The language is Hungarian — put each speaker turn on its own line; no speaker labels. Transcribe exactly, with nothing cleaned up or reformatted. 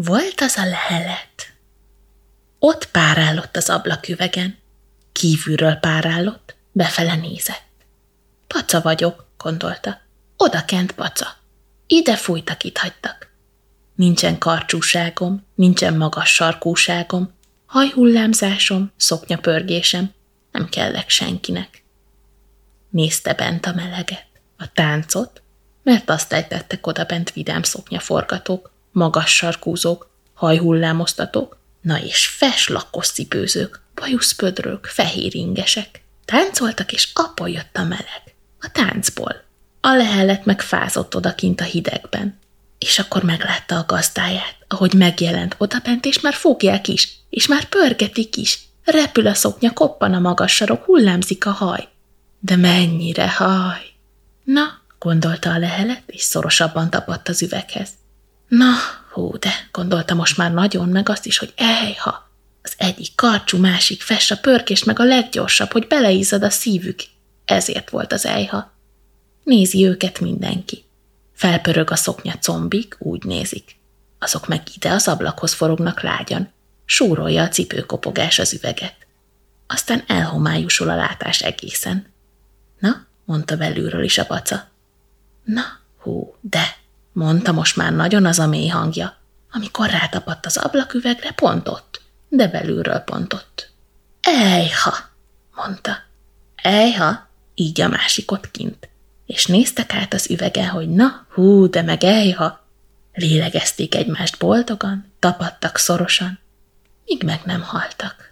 Volt az a lehelet. Ott párállott az ablaküvegen. Kívülről párállott, befele nézett. Paca vagyok, gondolta. Odakent paca. Ide fújtak, itt hagytak. Nincsen karcsúságom, nincsen magas sarkúságom, hajhullámzásom, szoknyapörgésem, nem kellek senkinek. Nézte bent a meleget, a táncot, mert azt ejtettek odabent vidám szoknyaforgatók, magas sarkúzók, hajhullámoztatók, na és fes lakkoscipőzők, bajuszpödrök, fehér ingesek. Táncoltak, és abból jött a meleg. A táncból. A lehelet meg fázott odakint a hidegben. És akkor meglátta a gazdáját, ahogy megjelent odabent, és már fogják is, és már pörgetik is. Repül a szoknya, koppan a magas sarok, hullámzik a haj. De mennyire haj! Na, gondolta a lehelet, és szorosabban tapadt az üveghez. Na, hú, de, gondolta most már nagyon, meg azt is, hogy ejha! Az egyik karcsú, másik fess, a pörkés meg a leggyorsabb, hogy beleizzad a szívük. Ezért volt az ejha. Nézi őket mindenki. Felpörög a szoknya combig, úgy nézik. Azok meg ide az ablakhoz forognak lágyan. Súrolja a cipőkopogás az üveget. Aztán elhomályusul a látás egészen. Na, mondta belülről is a paca. Na, hú, de, mondta most már nagyon az a mély hangja, amikor rátapadt az ablaküvegre, pont ott, de belülről pont ott. Ejha, mondta. Ejha, így a másik ott kint. És néztek át az üvegen, hogy na, hú, de meg ejha. Lélegezték egymást boldogan, tapadtak szorosan, míg meg nem haltak.